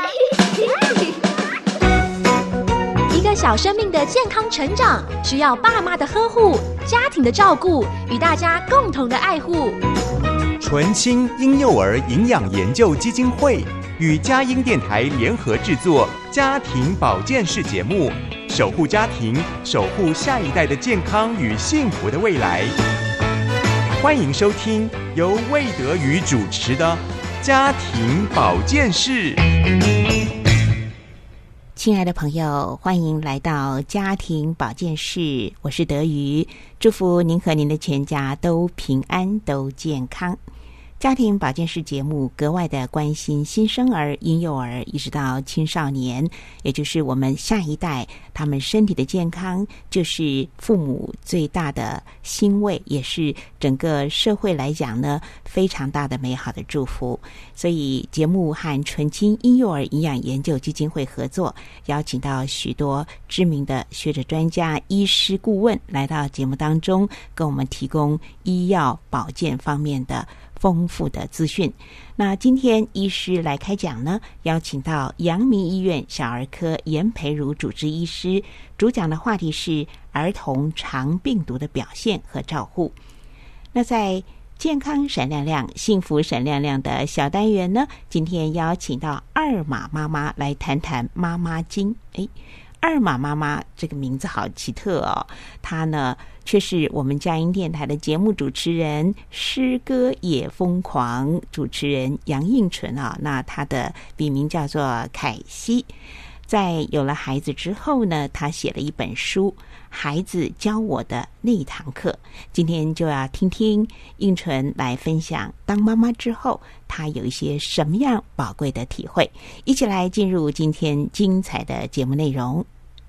一个小生命的健康成长，需要爸妈的呵护、家庭的照顾与大家共同的爱护。 纯青婴幼儿营养研究基金会与佳音电台联合制作家庭保健室节目，守护家庭，守护下一代的健康与幸福的未来。欢迎收听由魏德瑜主持的家庭保健室。 亲爱的朋友，欢迎来到家庭保健室，我是德瑜，祝福您和您的全家都平安都健康。家庭保健室节目格外的关心新生儿、婴幼儿一直到青少年，也就是我们下一代，他们身体的健康就是父母最大的欣慰，也是整个社会来讲呢非常大的美好的祝福。所以节目和纯青婴幼儿营养研究基金会合作，邀请到许多知名的学者专家、医师顾问来到节目当中，跟我们提供医药保健方面的丰富的资讯。那今天医师来开讲呢，邀请到阳明医院小儿科严培如主治医师，主讲的话题是儿童肠病毒的表现和照护。那在健康闪亮亮、幸福闪亮亮的小单元呢，今天邀请到二马妈妈来谈谈妈妈经。二马妈妈这个名字好奇特哦，她呢却是我们佳音电台的节目主持人，诗歌也疯狂主持人杨应纯啊。那她的笔名叫做凯西。在有了孩子之后呢，她写了一本书《孩子教我的那一堂课》。今天就要听听应纯来分享当妈妈之后她有一些什么样宝贵的体会，一起来进入今天精彩的节目内容。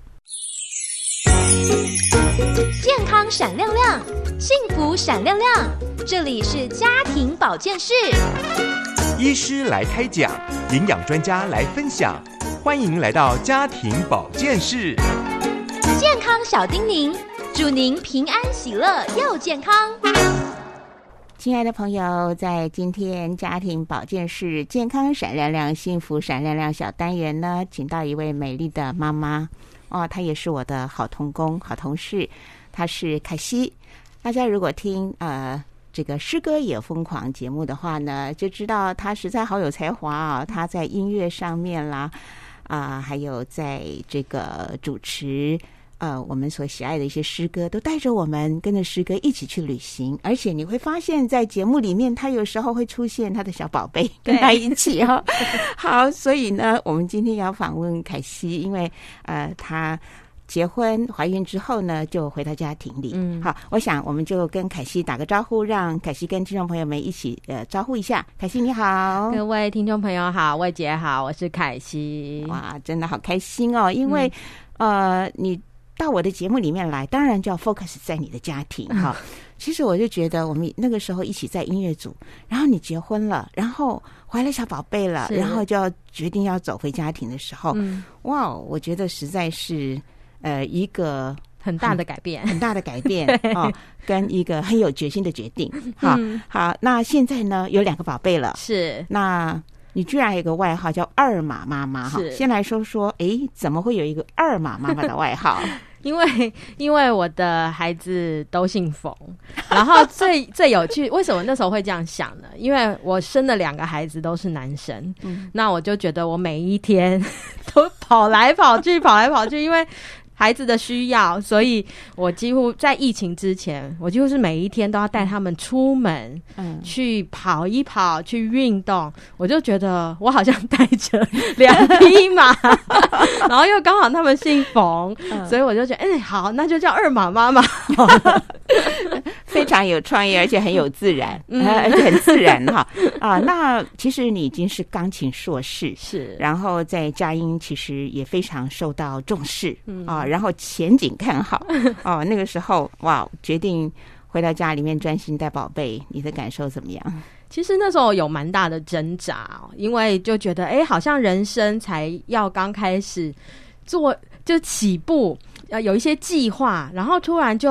健康闪亮亮，幸福闪亮亮，这里是家庭保健室。 医师来开讲，营养专家来分享，欢迎来到家庭保健室。 健康小叮咛，祝您平安喜乐又健康。 亲爱的朋友，在今天家庭保健室健康闪亮亮、幸福闪亮亮小单元呢，请到一位美丽的妈妈哦，她也是我的好同工、好同事，她是凯西。大家如果听这个诗歌也疯狂节目的话呢，就知道她实在好有才华啊！她在音乐上面啦，还有在这个主持我们所喜爱的一些诗歌，都带着我们跟着诗歌一起去旅行。而且你会发现在节目里面，他有时候会出现他的小宝贝跟他一起哈。好，所以呢，我们今天要访问凯西，因为他结婚怀孕之后呢，就回到家庭里。好，我想我们就跟凯西打个招呼，让凯西跟听众朋友们一起招呼一下。凯西你好。 各位听众朋友好，魏姐好，我是凯西。 哇，真的好开心哦，因为你到我的节目里面来，当然就要 focus 在你的家庭哈。其实我就觉得我们那个时候一起在音乐组，然后你结婚了，然后怀了小宝贝了，然后就要决定要走回家庭的时候，哇，我觉得实在是一个很大的改变， 很大的改变哦，跟一个很有决心的决定。好，那现在呢有2个宝贝了， 是那。你居然还有个外号叫二马妈妈哈，先来说说，怎么会有一个二马妈妈的外号？ 因为我的孩子都姓冯，然后最有趣，为什么那时候会这样想呢？因为我生的2个孩子都是男生，那我就觉得我每一天都跑来跑去，因为孩子的需要，所以我几乎在疫情之前，我几乎是每一天都要带他们出门，去跑一跑，去运动。我就觉得我好像带着2匹马，然后又刚好他们姓冯，所以我就觉得，好，那就叫二马妈妈。 非常有创意，而且很有自然，而且很自然哈。那其实你已经是钢琴硕士， 是， 然后在佳音其实也非常受到重视然后前景看好那个时候哇，决定回到家里面专心带宝贝，你的感受怎么样？ 其实那时候有蛮大的挣扎，因为就觉得好像人生才要刚开始做，就起步有一些计划，然后突然就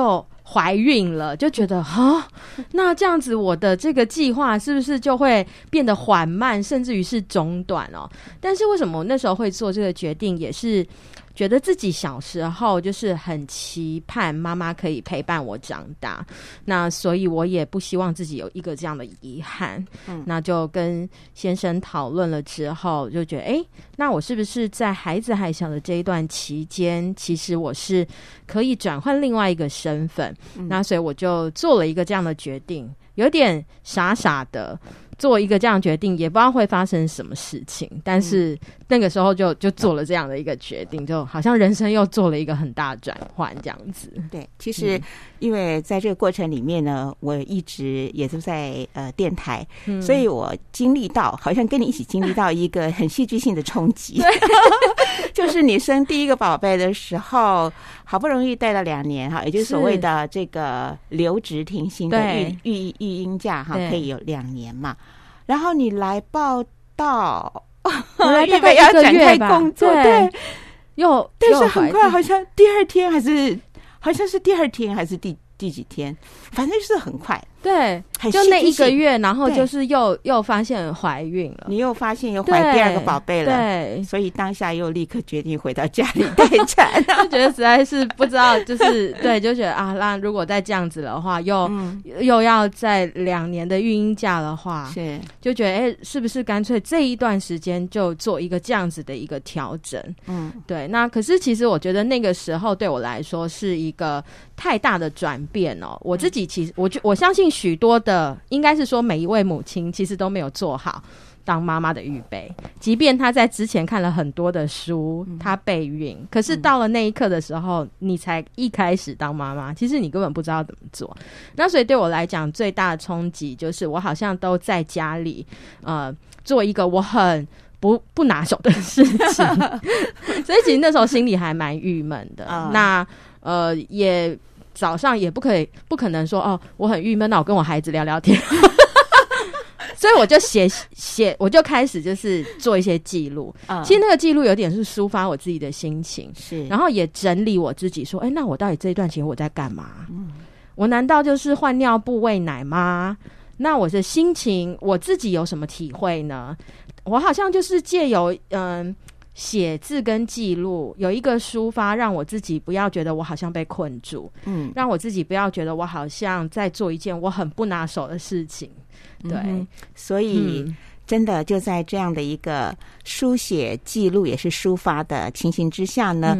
怀孕了，就觉得那这样子我的这个计划是不是就会变得缓慢，甚至于是中断哦？但是为什么我那时候会做这个决定，也是觉得自己小时候就是很期盼妈妈可以陪伴我长大，那所以我也不希望自己有一个这样的遗憾。那就跟先生讨论了之后，就觉得那我是不是在孩子还小的这一段期间，其实我是可以转换另外一个身份。那所以我就做了一个这样的决定，有点傻傻的做一个这样的决定，也不知道会发生什么事情，但是那个时候就做了这样的一个决定，就好像人生又做了一个很大的转换这样子。 对，其实因为在这个过程里面呢，我一直也都在电台，所以我经历到好像跟你一起经历到一个很戏剧性的冲击就是你生第一个宝贝的时候，好不容易带了2年哈，也就是所谓的这个留职停薪的育婴假哈，可以有2年嘛。然后你来报道，预备要展开工作，对，但是很快好像第二天还是第几天，反正就是很快。 对，就那1个月，然后就是又发现怀孕了， 你又发现又怀第2个宝贝了，对，所以当下又立刻决定回到家里待产， 就觉得实在是不知道，就是对，就觉得那如果再这样子的话，又要在2年的育婴假的话，是就觉得是不是干脆这一段时间就做一个这样子的一个调整？对。那可是其实我觉得那个时候对我来说是一个太大的转变哦。我自己其实我相信许多的，应该是说每一位母亲其实都没有做好当妈妈的预备，即便她在之前看了很多的书，她备孕，可是到了那一刻的时候，你才一开始当妈妈，其实你根本不知道怎么做。那所以对我来讲最大的冲击就是我好像都在家里做一个我很不拿手的事情所以其实那时候心里还蛮郁闷的。那也早上也不可能说我很郁闷，那我跟我孩子聊聊天所以我就写，我就开始就是做一些记录。其实那个记录有点是抒发我自己的心情，是，然后也整理我自己说，那我到底这一段期间我在干嘛？我难道就是换尿布喂奶吗？那我的心情我自己有什么体会呢？我好像就是借由写字跟记录有一个抒发，让我自己不要觉得我好像被困住，让我自己不要觉得我好像在做一件我很不拿手的事情。对， 所以真的就在这样的一个书写记录也是抒发的情形之下呢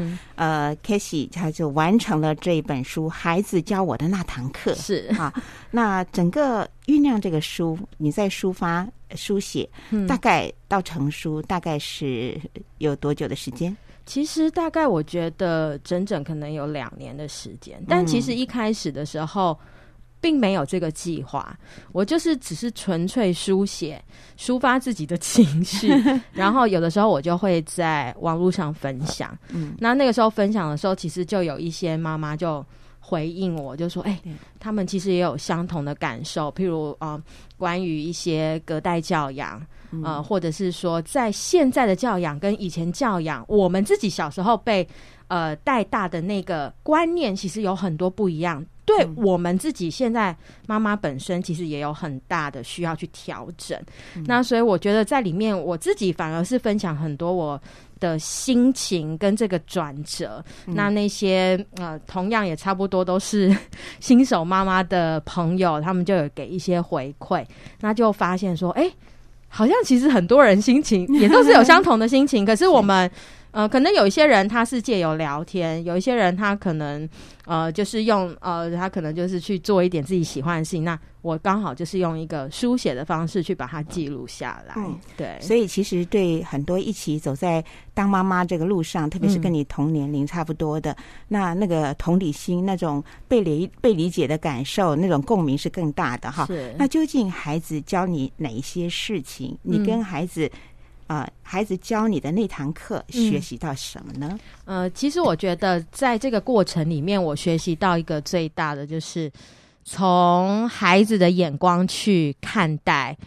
Casey 他就完成了这一本书《孩子教我的那堂课》。 是那整个酝酿这个书，你在书写大概到成书大概是有多久的时间？ 其实大概我觉得整整可能有2年的时间，但其实一开始的时候并没有这个计划，我就是只是纯粹书发自己的情绪然后有的时候我就会在网络上分享。那个时候分享的时候，其实就有一些妈妈就回应我，就说他们其实也有相同的感受，譬如关于一些隔代教养，或者是说在现在的教养跟以前教养，我们自己小时候被带大的那个观念其实有很多不一样，对我们自己现在妈妈本身其实也有很大的需要去调整。那所以我觉得在里面我自己反而是分享很多我的心情跟这个转折。那些同样也差不多都是新手妈妈的朋友，他们就有给一些回馈，那就发现说好像其实很多人心情也都是有相同的心情可是我们可能有一些人他是借由聊天，有一些人他可能就是用他可能就是去做一点自己喜欢的事情，那我刚好就是用一个书写的方式去把它记录下来。对，所以其实对很多一起走在当妈妈这个路上，特别是跟你同年龄差不多的，那个同理心，那种被理解的感受，那种共鸣是更大的哈。那究竟孩子教你哪一些事情，你跟孩子教你的那堂课学习到什么呢？ 其实我觉得在这个过程里面，我学习到一个最大的就是从孩子的眼光去看待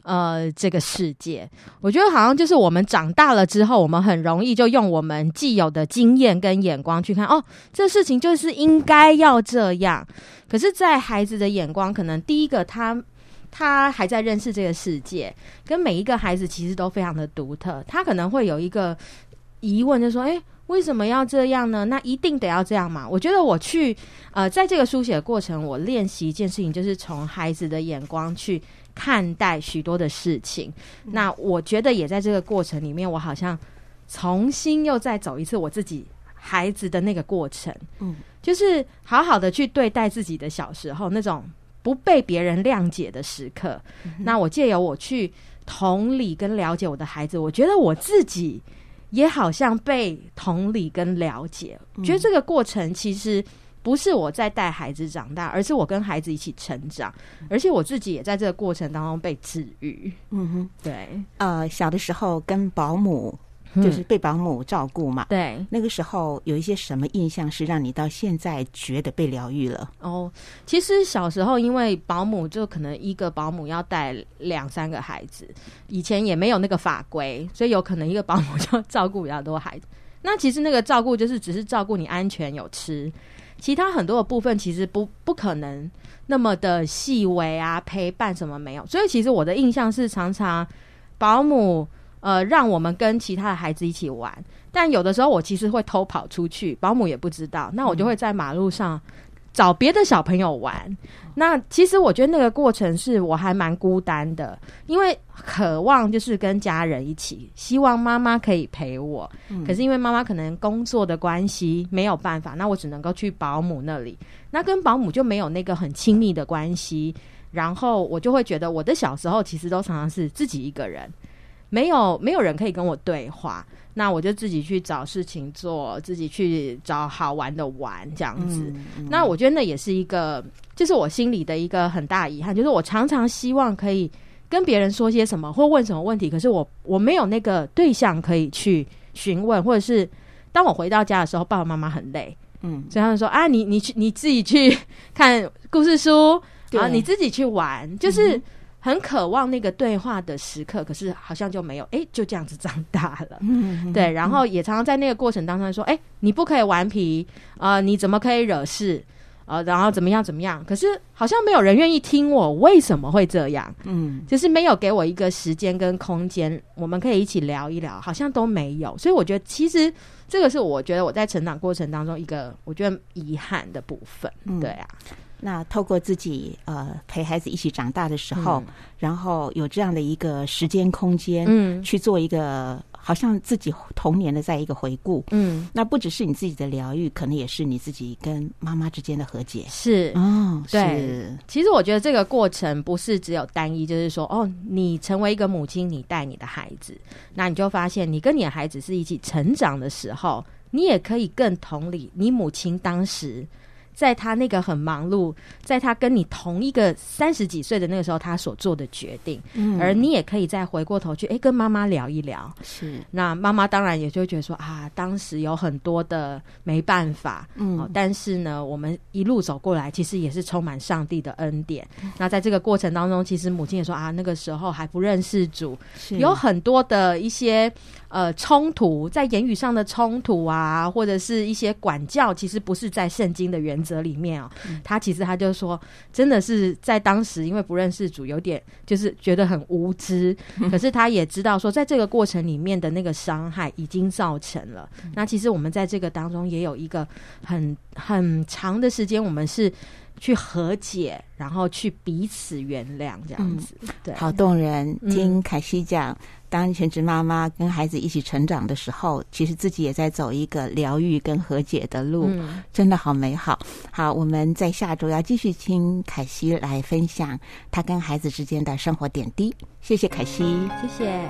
这个世界。我觉得好像就是我们长大了之后，我们很容易就用我们既有的经验跟眼光去看，这事情就是应该要这样。可是在孩子的眼光，可能第一个他还在认识这个世界，跟每一个孩子其实都非常的独特，他可能会有一个疑问，就说为什么要这样呢？那一定得要这样吗？我觉得我去在这个书写的过程，我练习一件事情，就是从孩子的眼光去看待许多的事情。那我觉得也在这个过程里面，我好像重新又再走一次我自己孩子的那个过程，就是好好的去对待自己的小时候那种不被别人谅解的时刻。那我借由我去同理跟了解我的孩子，我觉得我自己也好像被同理跟了解。觉得这个过程其实不是我在带孩子长大，而是我跟孩子一起成长，而且我自己也在这个过程当中被治愈。对， 小的时候跟保姆就是被保姆照顾嘛， 对， 那个时候有一些什么印象是让你到现在觉得被疗愈了？ 其实小时候因为保姆就可能一个保姆要带2-3个孩子，以前也没有那个法规，所以有可能一个保姆就照顾比较多孩子。那其实那个照顾就是只是照顾你安全有吃，其他很多的部分其实不可能那么的细微啊，陪伴什么没有。所以其实我的印象是常常保姆让我们跟其他的孩子一起玩，但有的时候我其实会偷跑出去，保姆也不知道，那我就会在马路上找别的小朋友玩。那其实我觉得那个过程是我还蛮孤单的，因为渴望就是跟家人一起，希望妈妈可以陪我，可是因为妈妈可能工作的关系没有办法，那我只能够去保姆那里，那跟保姆就没有那个很亲密的关系。然后我就会觉得我的小时候其实都常常是自己一个人，没有人可以跟我对话，那我就自己去找事情做，自己去找好玩的玩这样子。那我觉得那也是一个就是我心里的一个很大遗憾，就是我常常希望可以跟别人说些什么或问什么问题，可是我没有那个对象可以去询问，或者是当我回到家的时候爸爸妈妈很累，所以他们说你自己去看故事书，然后你自己去玩，就是很渴望那个对话的时刻，可是好像就没有，就这样子长大了。对，然后也常常在那个过程当中说，你不可以顽皮，你怎么可以惹事，然后怎么样怎么样，可是好像没有人愿意听我为什么会这样，就是没有给我一个时间跟空间，我们可以一起聊一聊，好像都没有。所以我觉得其实这个是我觉得我在成长过程当中一个我觉得遗憾的部分。对啊， 那透过自己陪孩子一起长大的时候，然后有这样的一个时间空间，去做一个好像自己童年的在一个回顾，那不只是你自己的疗愈，可能也是你自己跟妈妈之间的和解。 是对，其实我觉得这个过程不是只有单一，就是说你成为一个母亲，你带你的孩子，那你就发现你跟你的孩子是一起成长的时候，你也可以更同理你母亲当时在他那个很忙碌，在他跟你同一个30几岁的那个时候他所做的决定，而你也可以再回过头去跟妈妈聊一聊。 是，那妈妈当然也就会觉得说当时有很多的没办法，但是呢我们一路走过来其实也是充满上帝的恩典。那在这个过程当中，其实母亲也说那个时候还不认识主，有很多的一些冲突，在言语上的冲突啊，或者是一些管教，其实不是在圣经的原则里面他就说真的是在当时因为不认识主，有点就是觉得很无知，可是他也知道说在这个过程里面的那个伤害已经造成了。那其实我们在这个当中也有一个很长的时间，我们是去和解，然后去彼此原谅这样子。对， 好动人。听凯西讲当全职妈妈跟孩子一起成长的时候，其实自己也在走一个疗愈跟和解的路，真的好美好。好，我们在下周要继续听凯西来分享她跟孩子之间的生活点滴。谢谢凯西。 谢谢。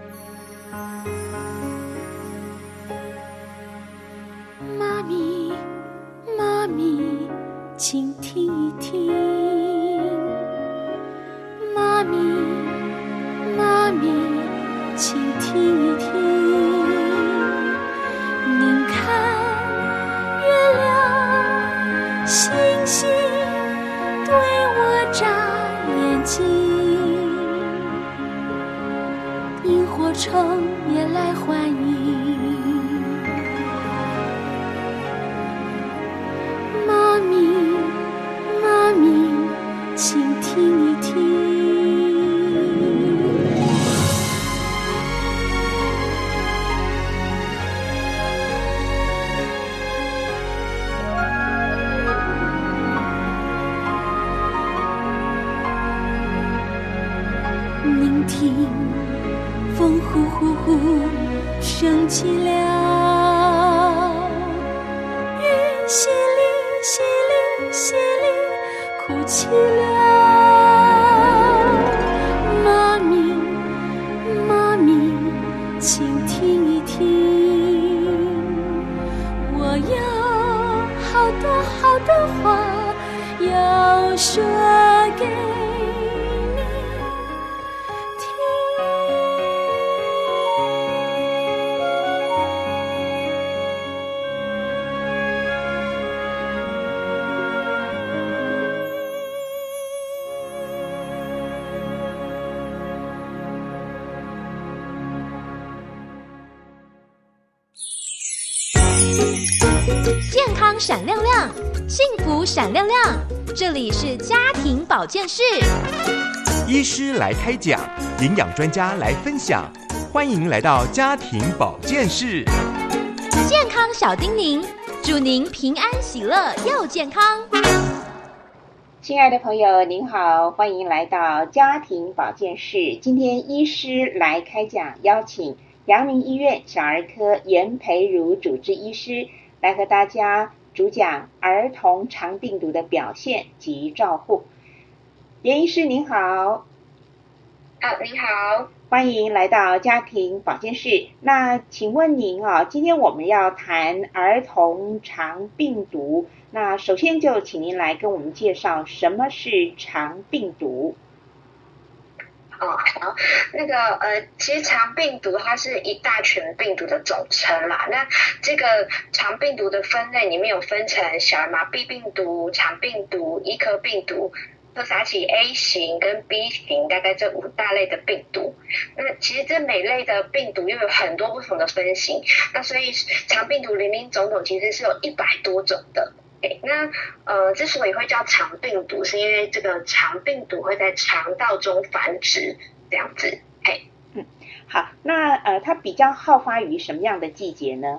妈咪请听一听，妈咪，妈咪，请听一听，您看月亮星星对我眨眼睛，萤火虫也来欢迎。妈咪，妈咪，请听一听。聆听风呼呼呼升起了，雨淅沥淅沥淅沥哭泣了。妈咪，妈咪，请听一听，我有好多好多话要说给健康闪亮亮，幸福闪亮亮，这里是家庭保健室。 医师来开讲，营养专家来分享，欢迎来到家庭保健室。 健康小叮咛，祝您平安喜乐又健康。 亲爱的朋友您好，欢迎来到家庭保健室。今天医师来开讲，邀请阳明医院小儿科严培如主治医师来和大家主讲儿童肠病毒的表现及照护。严医师您好。 您好， 欢迎来到家庭保健室。那请问您今天我们要谈儿童肠病毒，那首先就请您来跟我们介绍什么是肠病毒。 好，其实肠病毒它是一大群病毒的总称啦。那这个肠病毒的分类里面有分成小儿麻痹病毒、肠病毒、伊科病毒、特撒奇 A 型跟 B 型，大概这5大类的病毒。那其实这每类的病毒又有很多不同的分型，那所以肠病毒林林总总其实是有100多种的。那之所以会叫肠病毒，是因为这个肠病毒会在肠道中繁殖，这样子。 好，那它比较好发于什么样的季节呢？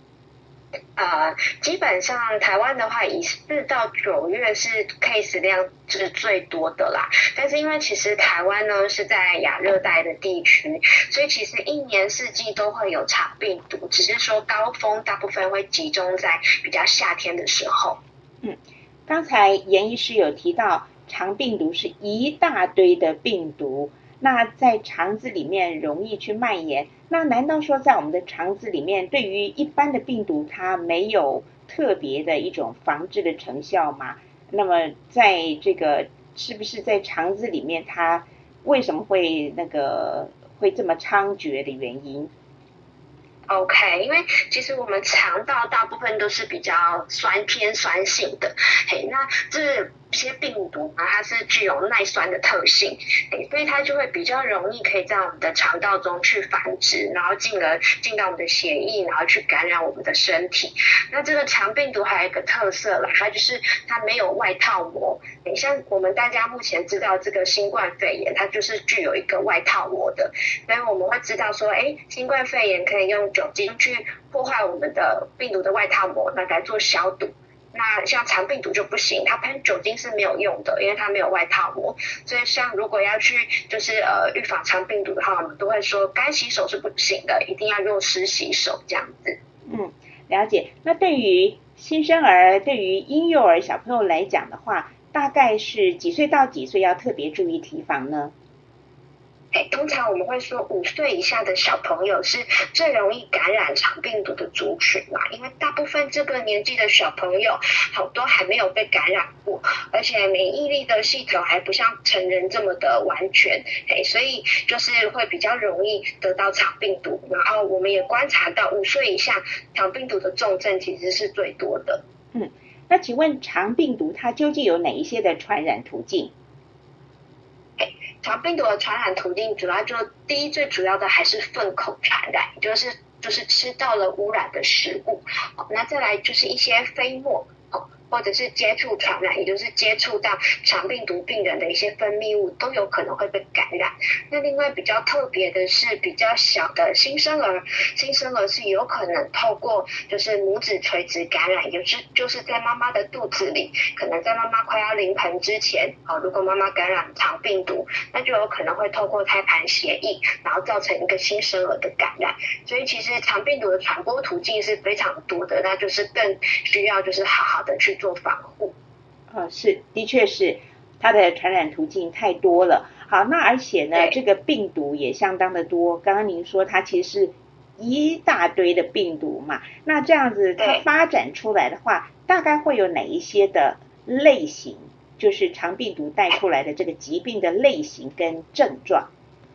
基本上台湾的话，以4到9月是 case 量是最多的啦。但是因为其实台湾呢是在亚热带的地区，所以其实一年四季都会有肠病毒，只是说高峰大部分会集中在比较夏天的时候。 刚才严医师有提到肠病毒是一大堆的病毒，那在肠子里面容易去蔓延，那难道说在我们的肠子里面对于一般的病毒它没有特别的一种防治的成效吗？那么在这个是不是在肠子里面它为什么会这么猖獗的原因 ？OK， 因为其实我们肠道大部分都是比较偏酸性的，那这些病毒呢，它是具有耐酸的特性，所以它就会比较容易可以在我们的肠道中去繁殖，然后进而进到我们的血液，然后去感染我们的身体。那这个肠病毒还有一个特色啦，它就是它没有外套膜，像我们大家目前知道这个新冠肺炎，它就是具有一个外套膜的，所以我们会知道说，新冠肺炎可以用酒精去破坏我们的病毒的外套膜，那来做消毒。那像肠病毒就不行，它喷酒精是没有用的，因为它没有外套膜。所以像如果要去预防肠病毒的话，我们都会说干洗手是不行的，一定要用湿洗手这样子。 了解。那对于新生儿、对于婴幼儿小朋友来讲的话，大概是几岁到几岁要特别注意提防呢？ 通常我们会说5岁以下的小朋友是最容易感染肠病毒的族群嘛，因为大部分这个年纪的小朋友好多还没有被感染过，而且免疫力的系统还不像成人这么的完全，所以就是会比较容易得到肠病毒。然后我们也观察到5岁以下肠病毒的重症其实是最多的。 那请问肠病毒它究竟有哪一些的传染途径？ 肠病毒的传染途径主要就第一最主要的还是粪口传染，就是吃到了污染的食物。那再来就是一些飞沫，或者是接触传染，也就是接触到肠病毒病人的一些分泌物都有可能会被感染。那另外比较特别的是比较小的新生儿是有可能透过就是母子垂直感染，也就是在妈妈的肚子里，可能在妈妈快要临盆之前，如果妈妈感染肠病毒，那就有可能会透过胎盘血液，然后造成一个新生儿的感染。所以其实肠病毒的传播途径是非常多的，那就是更需要就是好好的去做防护。 是，的确是它的传染途径太多了。好，那而且呢，这个病毒也相当的多。刚刚您说它其实是一大堆的病毒嘛，那这样子它发展出来的话，大概会有哪一些的类型，就是肠病毒带出来的这个疾病的类型跟症状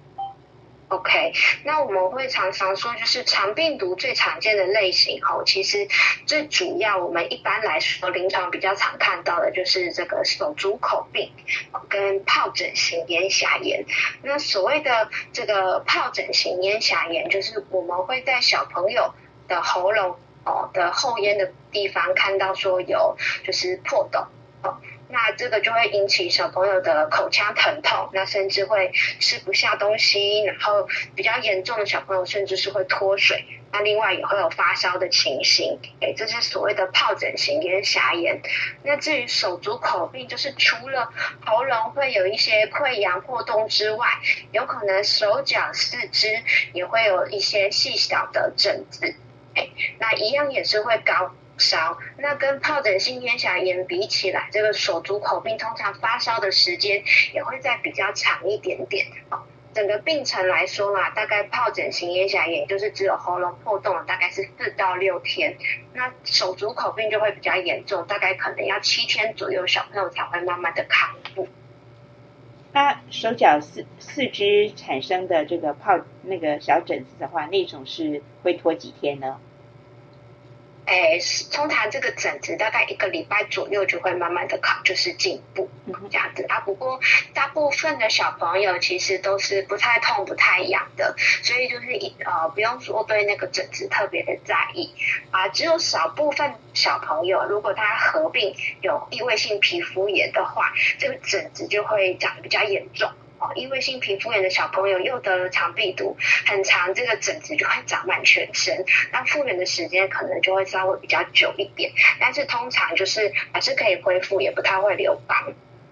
？OK， 那我们会常常说，就是肠病毒最常见的类型其实最主要我们一般来说临床比较常看到的就是这个手足口病跟疱疹型咽峡炎。那所谓的这个疱疹型咽峡炎，就是我们会在小朋友的喉咙的后咽的地方看到说有就是破洞。那这个就会引起小朋友的口腔疼痛，那甚至会吃不下东西，然后比较严重的小朋友甚至是会脱水，那另外也会有发烧的情形，这是所谓的疱疹型咽峡炎。那至于手足口病，就是除了喉咙会有一些溃疡破洞之外，有可能手脚四肢也会有一些细小的疹子，那一样也是会高烧。那跟疱疹性咽峡炎比起来，这个手足口病通常发烧的时间也会再比较长一点点。整个病程来说啦，大概疱疹型咽峡炎就是只有喉咙破洞，大概是4到6天。那手足口病就会比较严重，大概可能要7天左右，小朋友才会慢慢的康复。 那手脚四肢产生的这个那个小疹子的话，那种是会拖几天呢？ 通常这个疹子大概1个礼拜左右就会慢慢的就是进步这样子不过大部分的小朋友其实都是不太痛不太痒的，所以就是不用说对那个疹子特别的在意只有少部分小朋友如果他合并有异位性皮肤炎的话，这个疹子就会长得比较严重。异位性皮肤炎的小朋友又得了肠病毒，很长这个疹子就会长满全身，那复原的时间可能就会稍微比较久一点，但是通常就是还是可以恢复，也不太会留疤。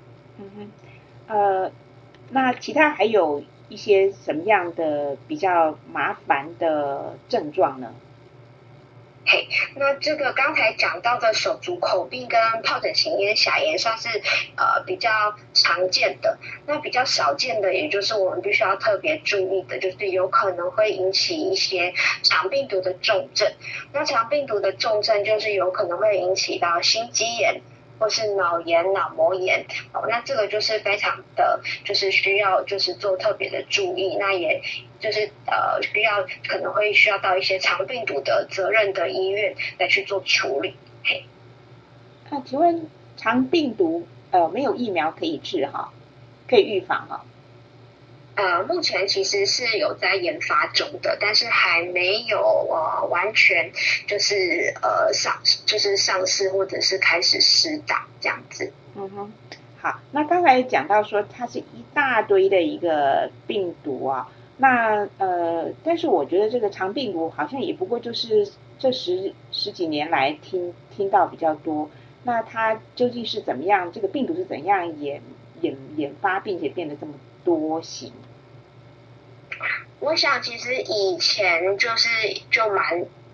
那其他还有一些什么样的比较麻烦的症状呢？ 那这个刚才讲到的手足口病跟疱疹型咽峡炎算是比较常见的，那比较少见的也就是我们必须要特别注意的，就是有可能会引起一些肠病毒的重症。那肠病毒的重症就是有可能会引起到心肌炎或是脑炎、脑膜炎，那这个就是非常的就是需要就是做特别的注意，那也就是可能会需要到一些肠病毒的责任的医院来去做处理。 请问肠病毒没有疫苗可以治可以预防目前其实是有在研发中的，但是还没有完全就是上市或者是开始施打这样子。 好，那刚才讲到说它是一大堆的一个病毒那但是我觉得这个肠病毒好像也不过就是这十几年来听到比较多，那它究竟是怎么样？这个病毒是怎样演发，并且变得这么多型？ 我想其实以前就蛮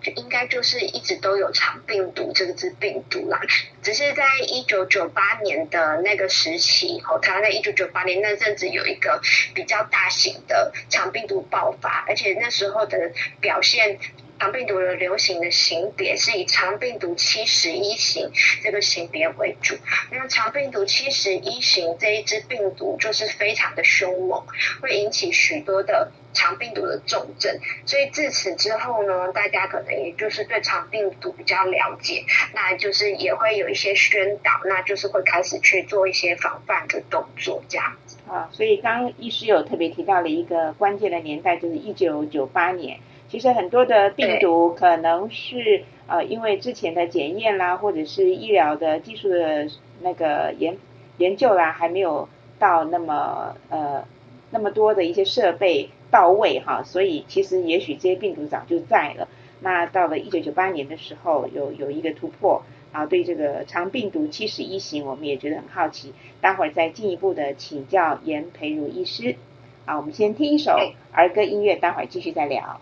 就应该就是一直都有肠病毒这个支病毒啦，只是在1998年的那个时期，台湾在1998年那阵子有一个比较大型的肠病毒爆发，而且那时候的表现。肠病毒的流行的型别是以肠病毒71型这个型别为主。那肠病毒71型这一支病毒就是非常的凶猛，会引起许多的肠病毒的重症。所以自此之后呢，大家可能也就是对肠病毒比较了解，那就是也会有一些宣导，那就是会开始去做一些防范的动作这样子。 所以刚刚医师有特别提到了一个关键的年代，就是1998年。其实很多的病毒可能是因为之前的检验啦，或者是医疗的技术的那个研究啦，还没有到那么多的一些设备到位哈，所以其实也许这些病毒早就在了。那到了1998年的时候，有一个突破啊，对这个肠病毒71型，我们也觉得很好奇。待会儿再进一步的请教严培如医师。我们先听一首儿歌音乐，待会儿继续再聊。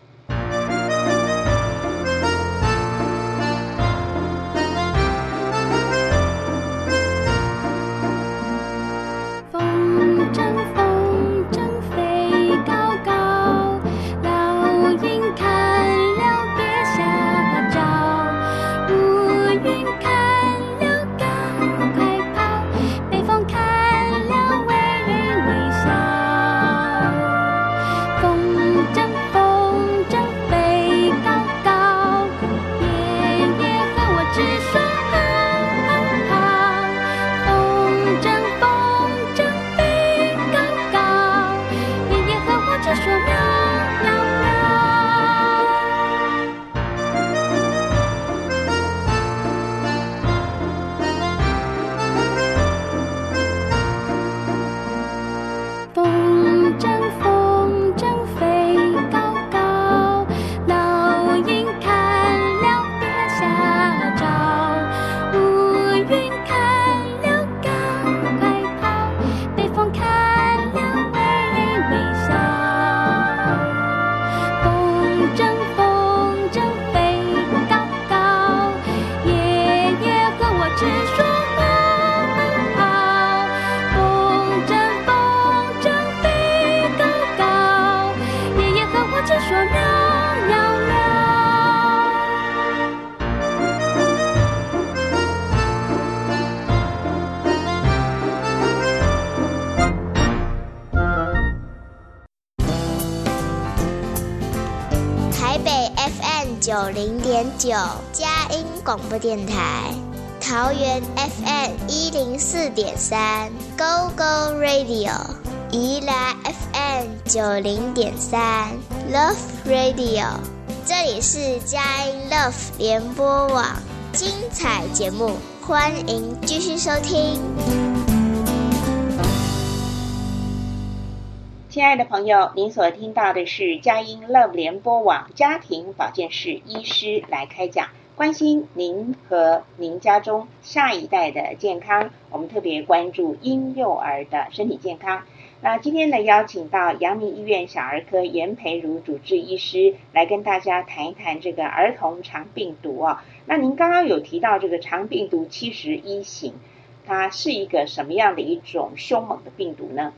90.9佳音广播电台，桃园 FM104.3 Go Go Radio， 宜兰 FM90.3 Love Radio， 这里是佳音 Love 联播网，精彩节目，欢迎继续收听。 亲爱的朋友，您所听到的是佳音 Love 联播网家庭保健室医师来开讲，关心您和您家中下一代的健康。我们特别关注婴幼儿的身体健康。那今天呢，邀请到阳明医院小儿科严培如主治医师来跟大家谈一谈这个儿童肠病毒那您刚刚有提到这个肠病毒71型，它是一个什么样的一种凶猛的病毒呢？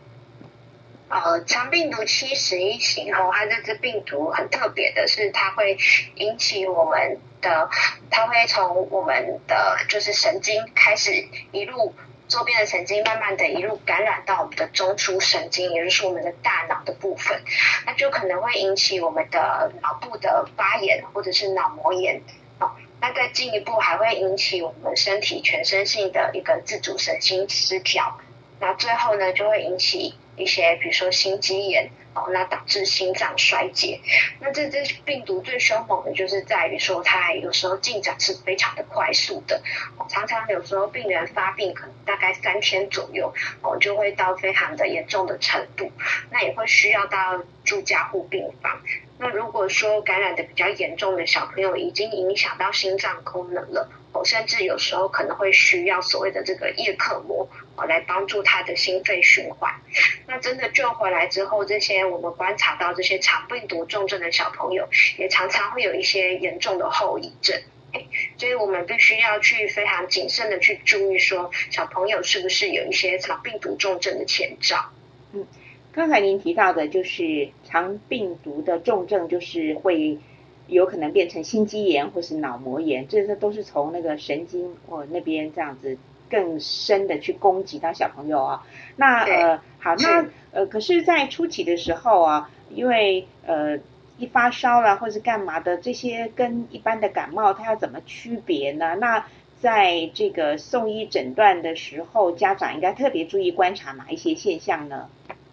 肠病毒71型它这支病毒很特别的是，它会引起它会从我们的就是神经开始一路周边的神经慢慢的一路感染到我们的中枢神经，也就是我们的大脑的部分，那就可能会引起我们的脑部的发炎或者是脑膜炎那再进一步还会引起我们身体全身性的一个自主神经失调，那最后呢就会引起一些比如说心肌炎那导致心脏衰竭。那这支病毒最凶猛的就是在于说它有时候进展是非常的快速的常常有时候病人发病可能大概3天左右就会到非常的严重的程度，那也会需要到住加护病房。那如果说感染的比较严重的小朋友已经影响到心脏功能了甚至有时候可能会需要所谓的这个叶克膜来帮助他的心肺循环。那真的救回来之后，这些我们观察到这些肠病毒重症的小朋友也常常会有一些严重的后遗症。所以我们必须要去非常谨慎的去注意说小朋友是不是有一些肠病毒重症的前兆。 刚才您提到的就是肠病毒的重症，就是会有可能变成心肌炎或是脑膜炎，这都是从那个神经那边这样子更深的去攻击到小朋友啊。那好，那可是在初期的时候啊，因为一发烧啦或是干嘛的，这些跟一般的感冒它要怎么区别呢？那在这个送医诊断的时候，家长应该特别注意观察哪一些现象呢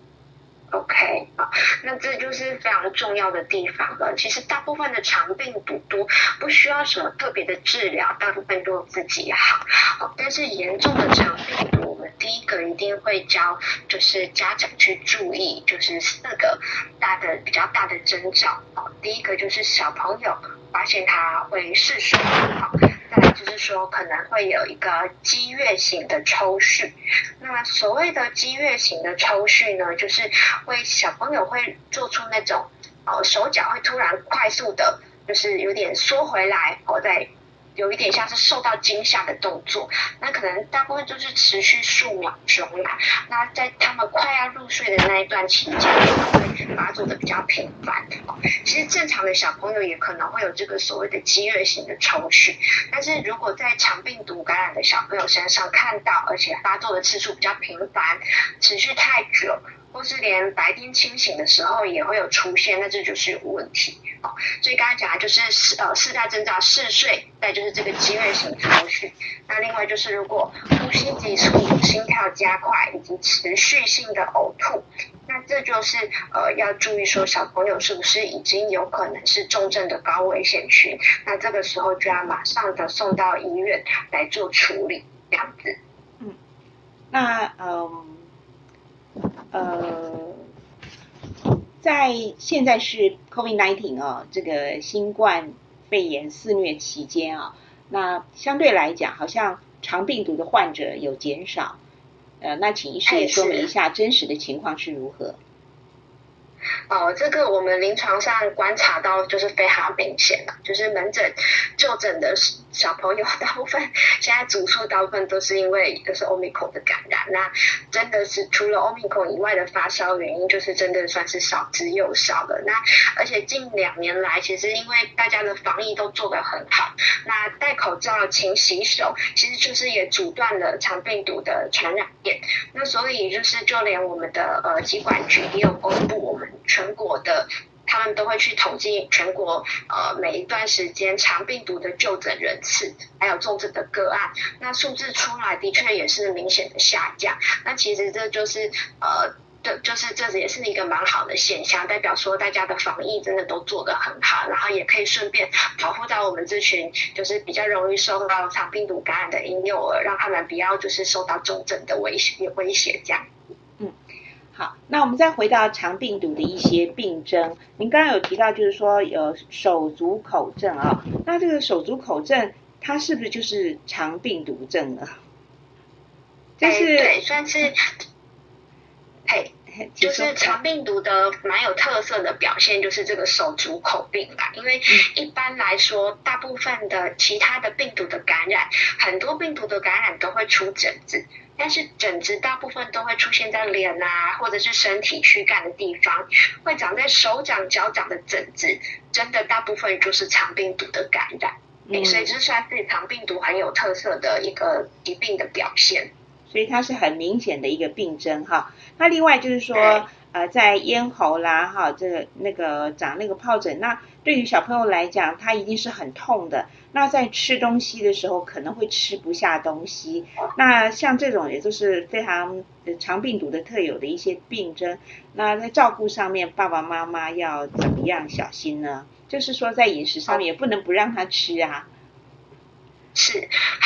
？OK， 那这就是非常重要的地方了。其实大部分的肠病毒都不需要什么特别的治疗，大部分都自己好。但是严重的肠病毒，我们第一个一定会教就是家长去注意，就是4个比较大的征兆。第一个就是小朋友发现他会嗜睡，再来就是说可能会有一个激越型的抽搐。那所谓的激越型的抽搐呢，就是小朋友会做出那种手脚会突然快速的，就是有点缩回来，再有一点像是受到惊吓的动作，那可能大部分就是持续数秒钟啦。那在他们快要入睡的那一段期间，会发作的比较频繁。其实正常的小朋友也可能会有这个所谓的激越型的抽搐，但是如果在肠病毒感染的小朋友身上看到，而且发作的次数比较频繁，持续太久，或是连白天清醒的时候也会有出现，那这就是有问题。所以刚才讲的就是4大征兆：嗜睡，再就是这个激越型抽搐。那另外就是如果呼吸急促、心跳加快以及持续性的呕吐，那这就是要注意说小朋友是不是已经有可能是重症的高危险群，那这个时候就要马上的送到医院来做处理，这样子。 那在现在是 COVID-19 这个新冠肺炎肆虐期间那相对来讲好像肠病毒的患者有减少，那请医师也说明一下真实的情况是如何。 这个我们临床上观察到就是非常明显的，就是门诊就诊的小朋友大部分现在主诉大部分都是因为就是 Omicron 的感染，那真的是除了 Omicron 以外的发烧原因就是真的算是少之又少的。那而且近2年来其实因为大家的防疫都做得很好，那戴口罩、勤洗手其实就是也阻断了肠病毒的传染链。那所以就是就连我们的疾管局也有公布我们全国的，他们都会去统计全国每一段时间肠病毒的就诊人次，还有重症的个案，那数字出来的确也是明显的下降。那其实这就是这也是一个蛮好的现象，代表说大家的防疫真的都做得很好，然后也可以顺便保护到我们这群就是比较容易受到肠病毒感染的婴幼儿，让他们不要就是受到重症的威胁这样。 好，那我们再回到肠病毒的一些病症，您刚刚有提到就是说有手足口症那这个手足口症它是不是就是肠病毒症呢？ 对，算是就是肠病毒的蛮有特色的表现就是这个手足口病啦。因为一般来说大部分的其他的病毒的感染，很多病毒的感染都会出疹子，但是疹子大部分都会出现在脸或者是身体躯干的地方，会长在手掌、脚掌的疹子，真的大部分就是肠病毒的感染。所以这算是肠病毒很有特色的一个疾病的表现。 所以它是很明显的一个病症那另外就是说在咽喉啦这个那个长那个疱疹，那对于小朋友来讲它一定是很痛的，那在吃东西的时候可能会吃不下东西，那像这种也就是非常肠病毒的特有的一些病症，那在照顾上面爸爸妈妈要怎么样小心呢？就是说在饮食上面也不能不让他吃是，好，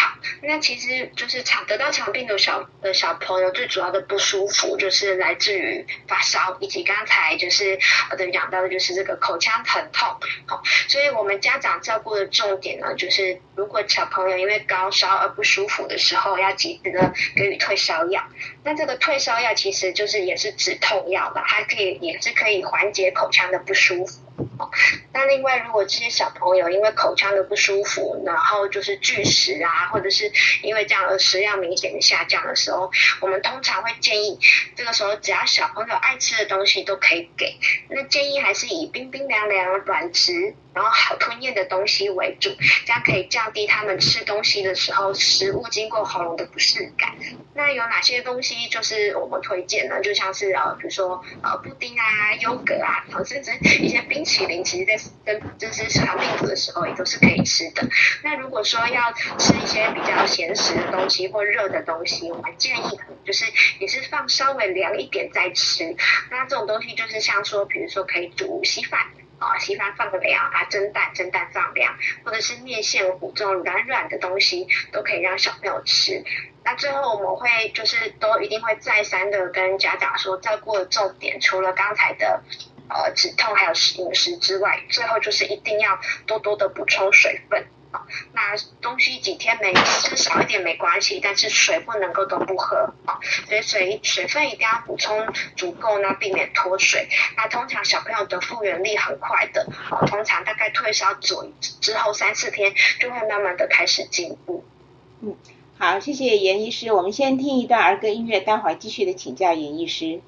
那其实就是得到肠病毒的小朋友最主要的不舒服就是来自于发烧，以及刚才就是讲到的就是这个口腔疼痛。所以我们家长照顾的重点呢，就是如果小朋友因为高烧而不舒服的时候，要及时的给予退烧药。那这个退烧药其实就是也是止痛药吧，它也是可以缓解口腔的不舒服。那另外，如果这些小朋友因为口腔的不舒服，然后就是拒食啊，或者是因为这样而食量明显的下降的时候，我们通常会建议这个时候只要小朋友爱吃的东西都可以给，那建议还是以冰冰凉凉、软质然后好吞咽的东西为主，这样可以降低他们吃东西的时候食物经过喉咙的不适感。那有哪些东西就是我们推荐呢？就像是比如说布丁啊、优格啊，甚至一些冰淇淋，其实在跟就是肠病毒的时候也都是可以吃的。那如果说要吃一些比较咸食的东西或热的东西，我们建议就是也是放稍微凉一点再吃。那这种东西就是像说，比如说可以煮稀饭。稀饭放凉啊，蒸蛋放凉，或者是面线糊这种软软的东西都可以让小朋友吃。那最后我们会就是都一定会再三的跟家长说，照顾的重点除了刚才的止痛还有饮食之外，最后就是一定要多多的补充水分。那东西几天吃少一点没关系，但是水不能够都不喝所以水分一定要补充足够，那避免脱水。那通常小朋友的复原力很快的通常大概退烧之后3-4天就会慢慢的开始进步。 好，谢谢严医师。我们先听一段儿歌音乐，待会儿继续的请教严医师。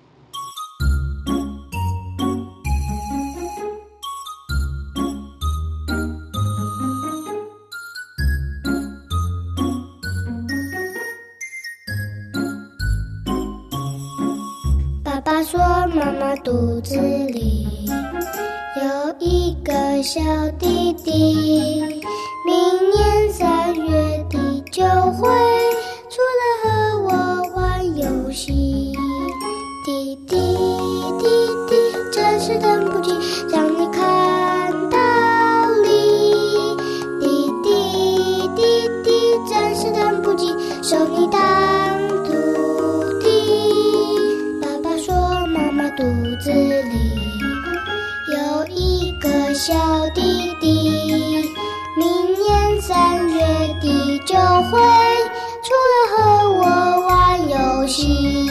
爸爸说妈妈肚子里有一个小弟弟，明年3月底就会出来和我玩游戏。弟弟弟弟真是等不及让你看到你，弟弟弟弟真是等不及收你当徒弟。爸爸说妈妈肚子里有一个小弟弟，明年3月底就会出来和我玩游戏。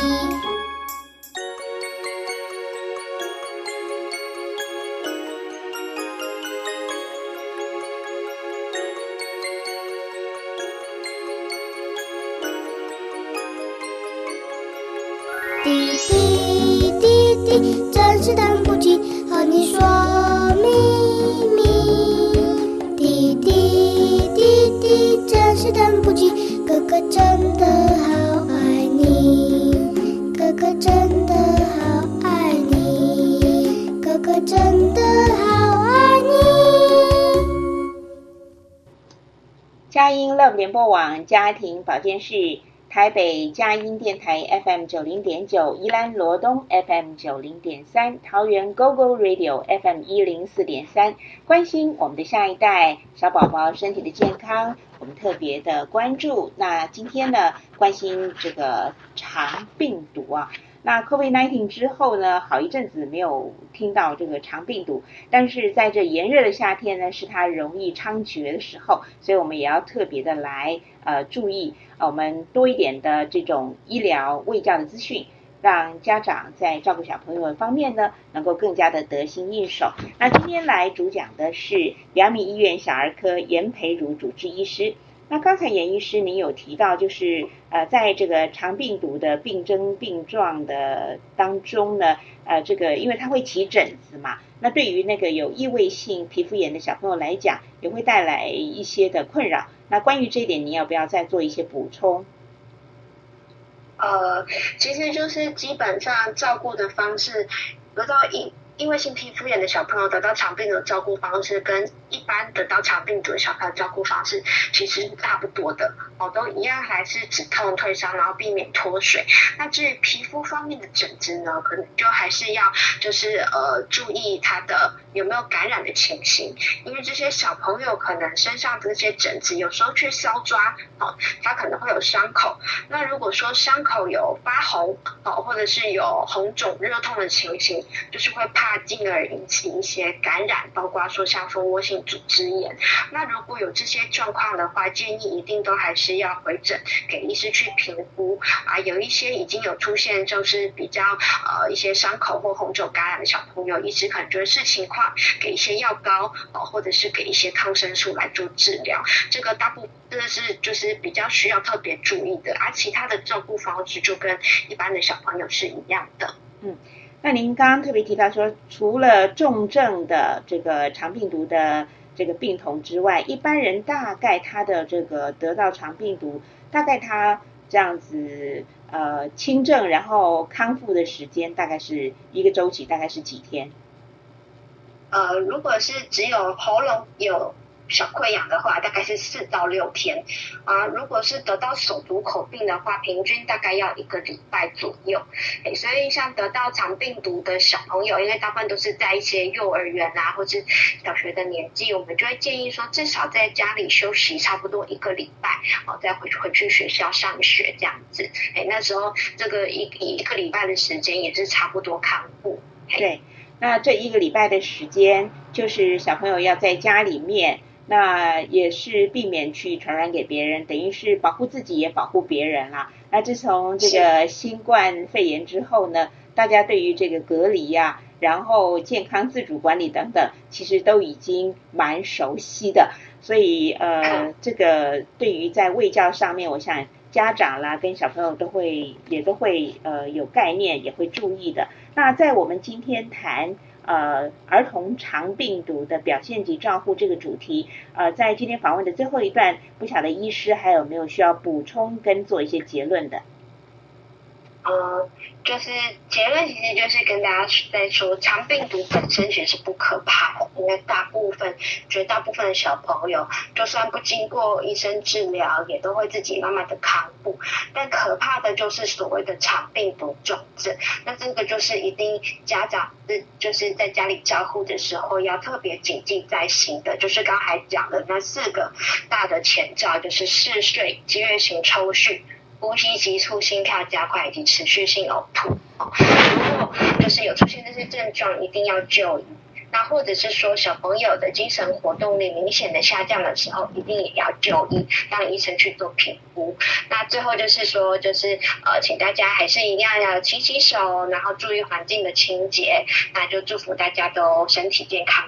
弟弟弟弟真是等不及和你说秘密，弟弟弟弟真是等不及，哥哥真的好爱你，哥哥真的好爱你，哥哥真的好爱你。 佳音 Love 联播网家庭保健室，台北佳音电台 FM 90.9，宜兰罗东 FM 90.3，桃园 GoGo Radio FM 104.3，关心我们的下一代小宝宝身体的健康，我们特别的关注。那今天呢，关心这个肠病毒啊。那 COVID-19 之后呢，好一阵子没有听到这个肠病毒，但是在这炎热的夏天呢，是它容易猖獗的时候，所以我们也要特别的来注意我们多一点的这种医疗卫教的资讯，让家长在照顾小朋友的方面呢，能够更加的得心应手。那今天来主讲的是阳明医院小儿科严培如主治医师。那刚才严医师您有提到，就是在这个肠病毒的病症病状的当中呢，这个因为它会起疹子嘛，那对于那个有异位性皮肤炎的小朋友来讲，也会带来一些的困扰。那关于这一点，你要不要再做一些补充？ 其实就是基本上照顾的方式，得到异位性皮肤炎的小朋友得到肠病毒的照顾方式跟一般得到肠病毒的小朋友照顾方式其实是差不多的都一样，还是止痛退烧，然后避免脱水。那至于皮肤方面的疹子呢，可能就还是要就是注意它的有没有感染的情形，因为这些小朋友可能身上这些疹子有时候去搔抓它可能会有伤口。那如果说伤口有发红或者是有红肿热痛的情形，就是会怕进而引起一些感染，包括说像蜂窝性组织炎。那如果有这些状况的话，建议一定都还是要回诊给医师去评估有一些已经有出现就是比较一些伤口或红肿感染的小朋友，医师可能就会视情况给一些药膏或者是给一些抗生素来做治疗。这个大部分这是就是比较需要特别注意的其他的照顾方式就跟一般的小朋友是一样的。 那您刚刚特别提到说，除了重症的这个肠病毒的这个病童之外，一般人大概他的这个得到肠病毒，大概他这样子轻症然后康复的时间大概是一个周期，大概是几天？ 如果是只有喉咙有小溃疡的话，大概是4到6天如果是得到手足口病的话，平均大概要1个礼拜左右。所以像得到肠病毒的小朋友，因为大部分都是在一些幼儿园或是小学的年纪，我们就会建议说至少在家里休息差不多1个礼拜再回去学校上学这样子。那时候这个一个礼拜的时间也是差不多康复。 对，那这1个礼拜的时间就是小朋友要在家里面，那也是避免去传染给别人，等于是保护自己也保护别人啦。那自从这个新冠肺炎之后呢，大家对于这个隔离然后健康自主管理等等，其实都已经蛮熟悉的。所以这个对于在卫教上面，我想家长啦跟小朋友也都会有概念，也会注意的。那在我们今天谈儿童肠病毒的表现及照护这个主题，在今天访问的最后一段，不晓得医师还有没有需要补充跟做一些结论的？ 就是结论其实就是跟大家在说，肠病毒本身其实不可怕的，因为绝大部分的小朋友就算不经过医生治疗，也都会自己慢慢的康复。但可怕的就是所谓的肠病毒重症，那这个就是一定家长就是在家里照护的时候要特别谨记在心的，就是刚才讲的那4个大的前兆，就是嗜睡、激越型抽搐、呼吸急促、心跳加快以及持续性呕吐。如果就是有出现这些症状，一定要就医。那或者是说小朋友的精神活动力明显的下降的时候，一定也要就医，让医生去做评估。那最后就是说，就是请大家还是一样要勤洗手，然后注意环境的清洁。那就祝福大家都身体健康。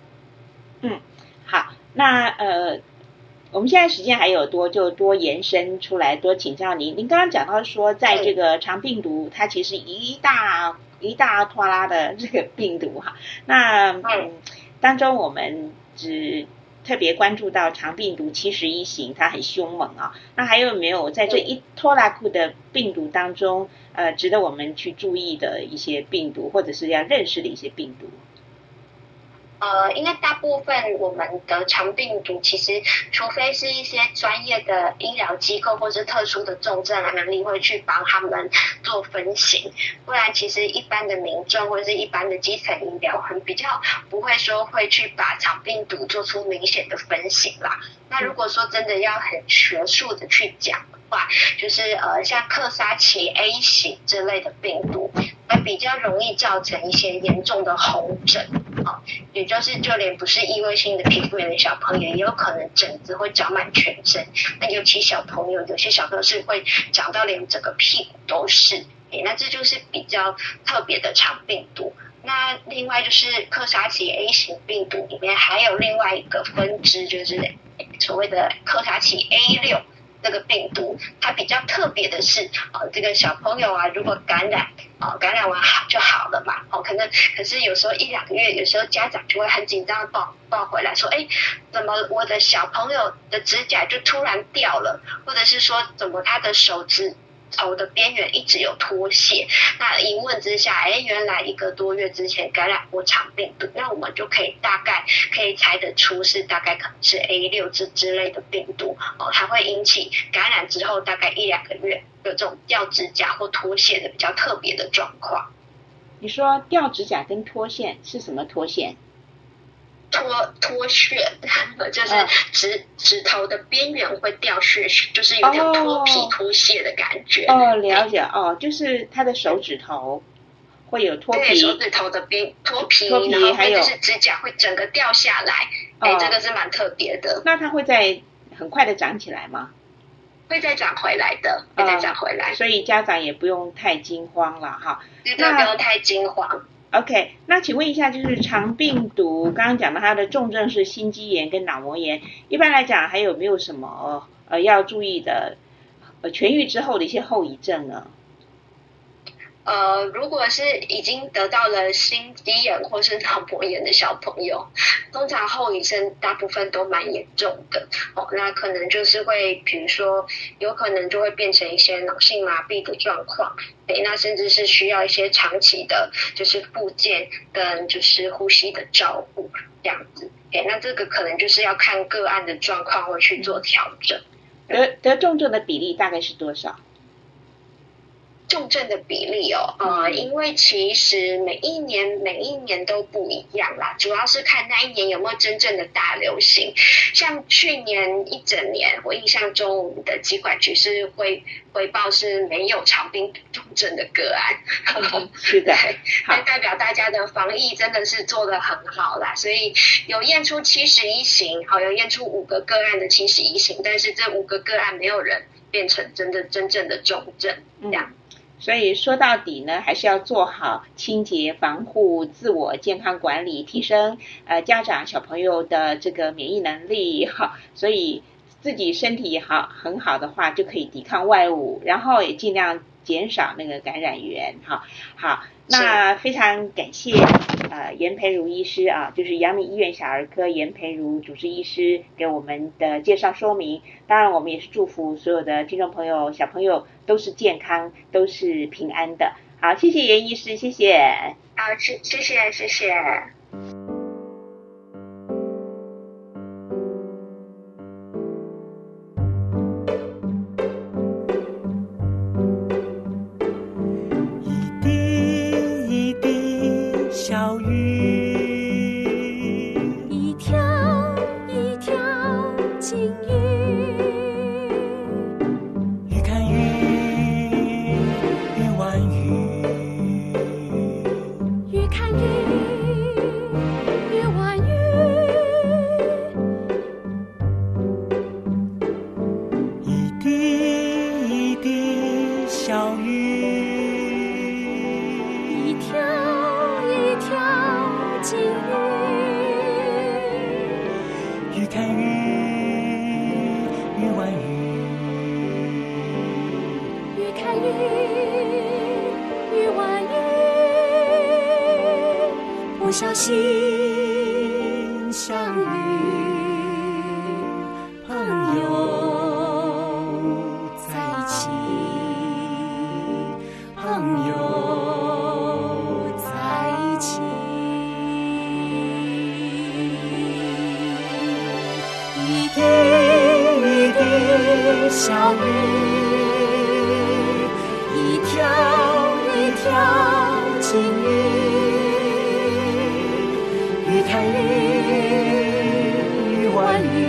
好，那我们现在时间还有就多延伸出来，多请教您。您刚刚讲到说，在这个肠病毒，它其实一大拖拉的这个病毒那当中我们只特别关注到肠病毒71型，它很凶猛那还有没有在这一拖拉库的病毒当中值得我们去注意的一些病毒，或者是要认识的一些病毒？ 因为大部分我们的肠病毒其实除非是一些专业的医疗机构或是特殊的重症能力会去帮他们做分型，不然其实一般的民众或者是一般的基层医疗很比较不会说会去把肠病毒做出明显的分型啦。那如果说真的要很学术的去讲的话，就是像克沙奇 A 型之类的病毒会比较容易造成一些严重的红疹也就是就连不是异位性的皮肤炎的小朋友也有可能疹子会长满全身，那尤其小朋友有些小朋友是会长到连整个屁股都是那这就是比较特别的肠病毒。那另外就是克沙奇 A 型病毒里面还有另外一个分支，就是所谓的克沙奇 A6这个病毒，它比较特别的是这个小朋友如果感染完就好了嘛可是有时候1-2个月，有时候家长就会很紧张的报回来说怎么我的小朋友的指甲就突然掉了，或者是说怎么他的手指头的边缘一直有脱屑，那一问之下，原来1个多月之前感染过肠病毒，那我们就大概可以猜得出是大概可能是 A6之类的病毒它会引起感染之后大概1-2个月有这种掉指甲或脱屑的比较特别的状况。 你说掉指甲跟脱线是什么脱线？ 脱屑就是指头的边缘会掉屑，就是有点脱皮脱屑的感觉。 了解就是他的手指头会有脱皮， 对，手指头的边脱皮，然后或者是指甲会整个掉下来，这个是蛮特别的。 那它会在很快的长起来吗？ 会再长回来的，会再长回来。 所以家长也不用太惊慌了哈。 对，不用太惊慌。 OK， 那请问一下，就是肠病毒刚刚讲的它的重症是心肌炎跟脑膜炎，一般来讲还有没有什么要注意的痊愈之后的一些后遗症呢？ 如果是已经得到了心肌炎或是脑膜炎的小朋友，通常后遗症大部分都蛮严重的那可能就是会比如说有可能就会变成一些脑性麻痹的状况，那甚至是需要一些长期的就是复健跟就是呼吸的照顾这样子那这个可能就是要看个案的状况会去做调整。 得重症的比例大概是多少？ 重症的比例因为其实每一年都不一样啦，主要是看那一年有没有真正的大流行。像去年一整年，我印象中我们的疾管局是回报是没有肠病毒重症的个案。 是的， 那代表大家的防疫真的是做得很好啦，所以有验出71型，有验出5个个案的71型，但是这5个个案没有人变成真正的重症这样。 所以说到底呢，还是要做好清洁防护、自我健康管理，提升家长小朋友的这个免疫能力所以自己身体很好的话，就可以抵抗外物，然后也尽量减少那个感染源好，那非常感谢严培如医师就是阳明医院小儿科严培如主治医师给我们的介绍说明。当然我们也是祝福所有的听众朋友小朋友都是健康都是平安的。好，谢谢严医师，谢谢。 谢谢。 不小心相遇，朋友在一起，朋友在一起。一滴一滴小雨，一条一条金鱼。鱼看鱼，鱼玩鱼，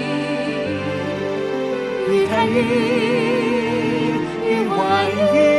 鱼看鱼，鱼玩鱼。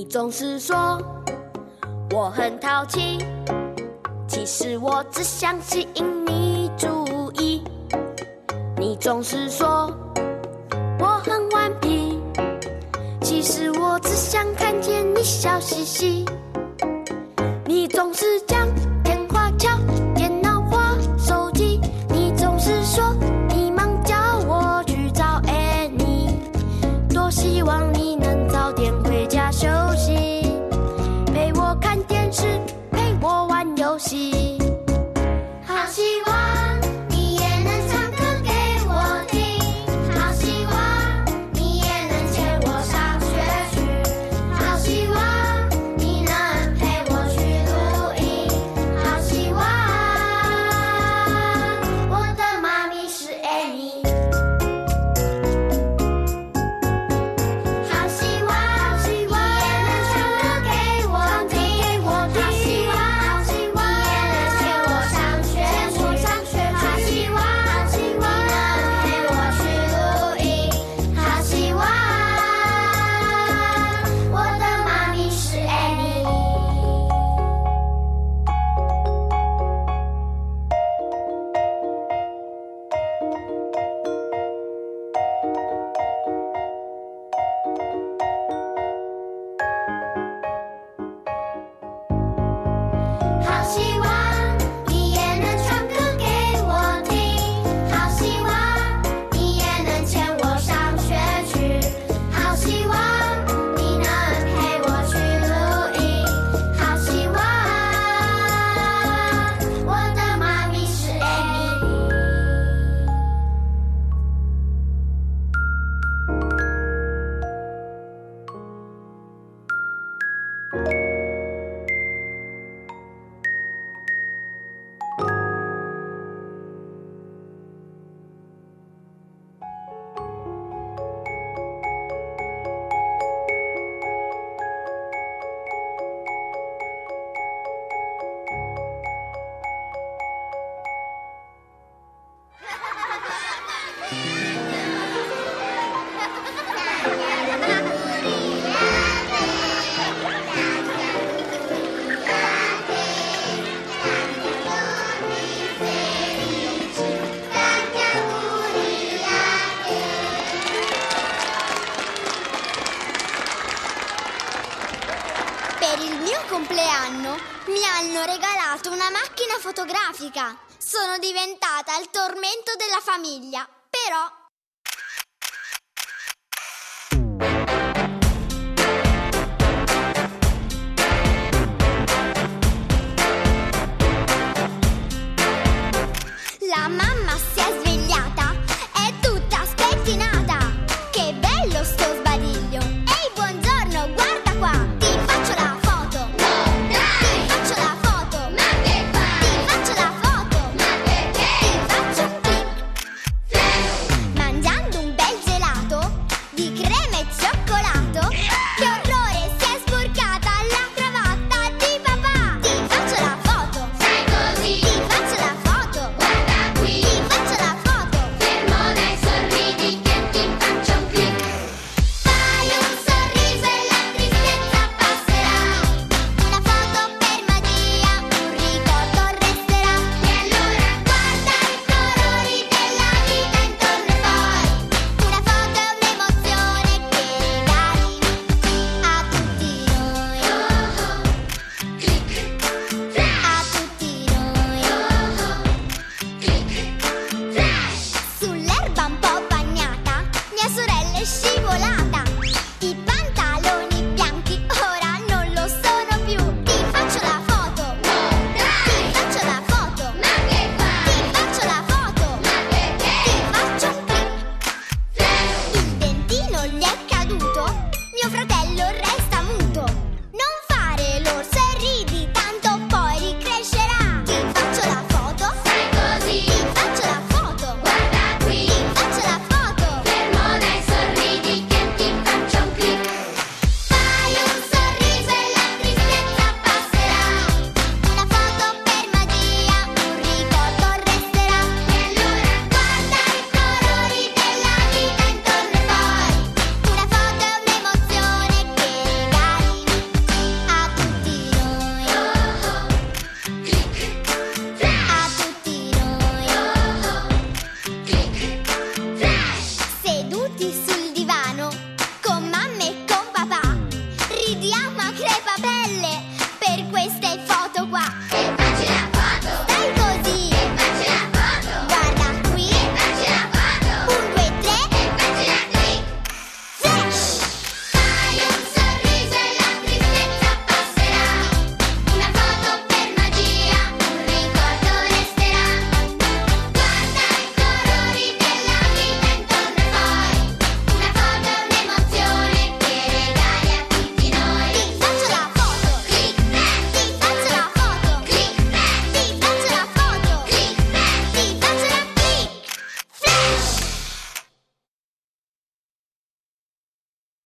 总是说我很淘气，其实我只想吸引你注意。你总是说我很顽皮，其实我只想看见你笑嘻嘻。你总是讲电话敲电脑滑手机，你总是说你忙叫我去找 Annie， 多希望你能早点回家休息，陪我看电视，陪我玩游戏。好希望你也能唱歌给我听，好希望你也能牵我上学去，好希望你能陪我去露营，好希望我的妈咪是 Annie。好希望你也能唱歌给我听，好希望你也能牵我上学去，好希望你能陪我去露营，好希望我的妈咪是 Annie。好希望你也能唱歌给我听，好希望你也能牵我上学去，好希望你能陪我去露营，好希望我的妈咪是 Annie。 Per il mio compleanno mi hanno regalato una macchina fotografica. Sono diventata il tormento della famiglia, però la mamma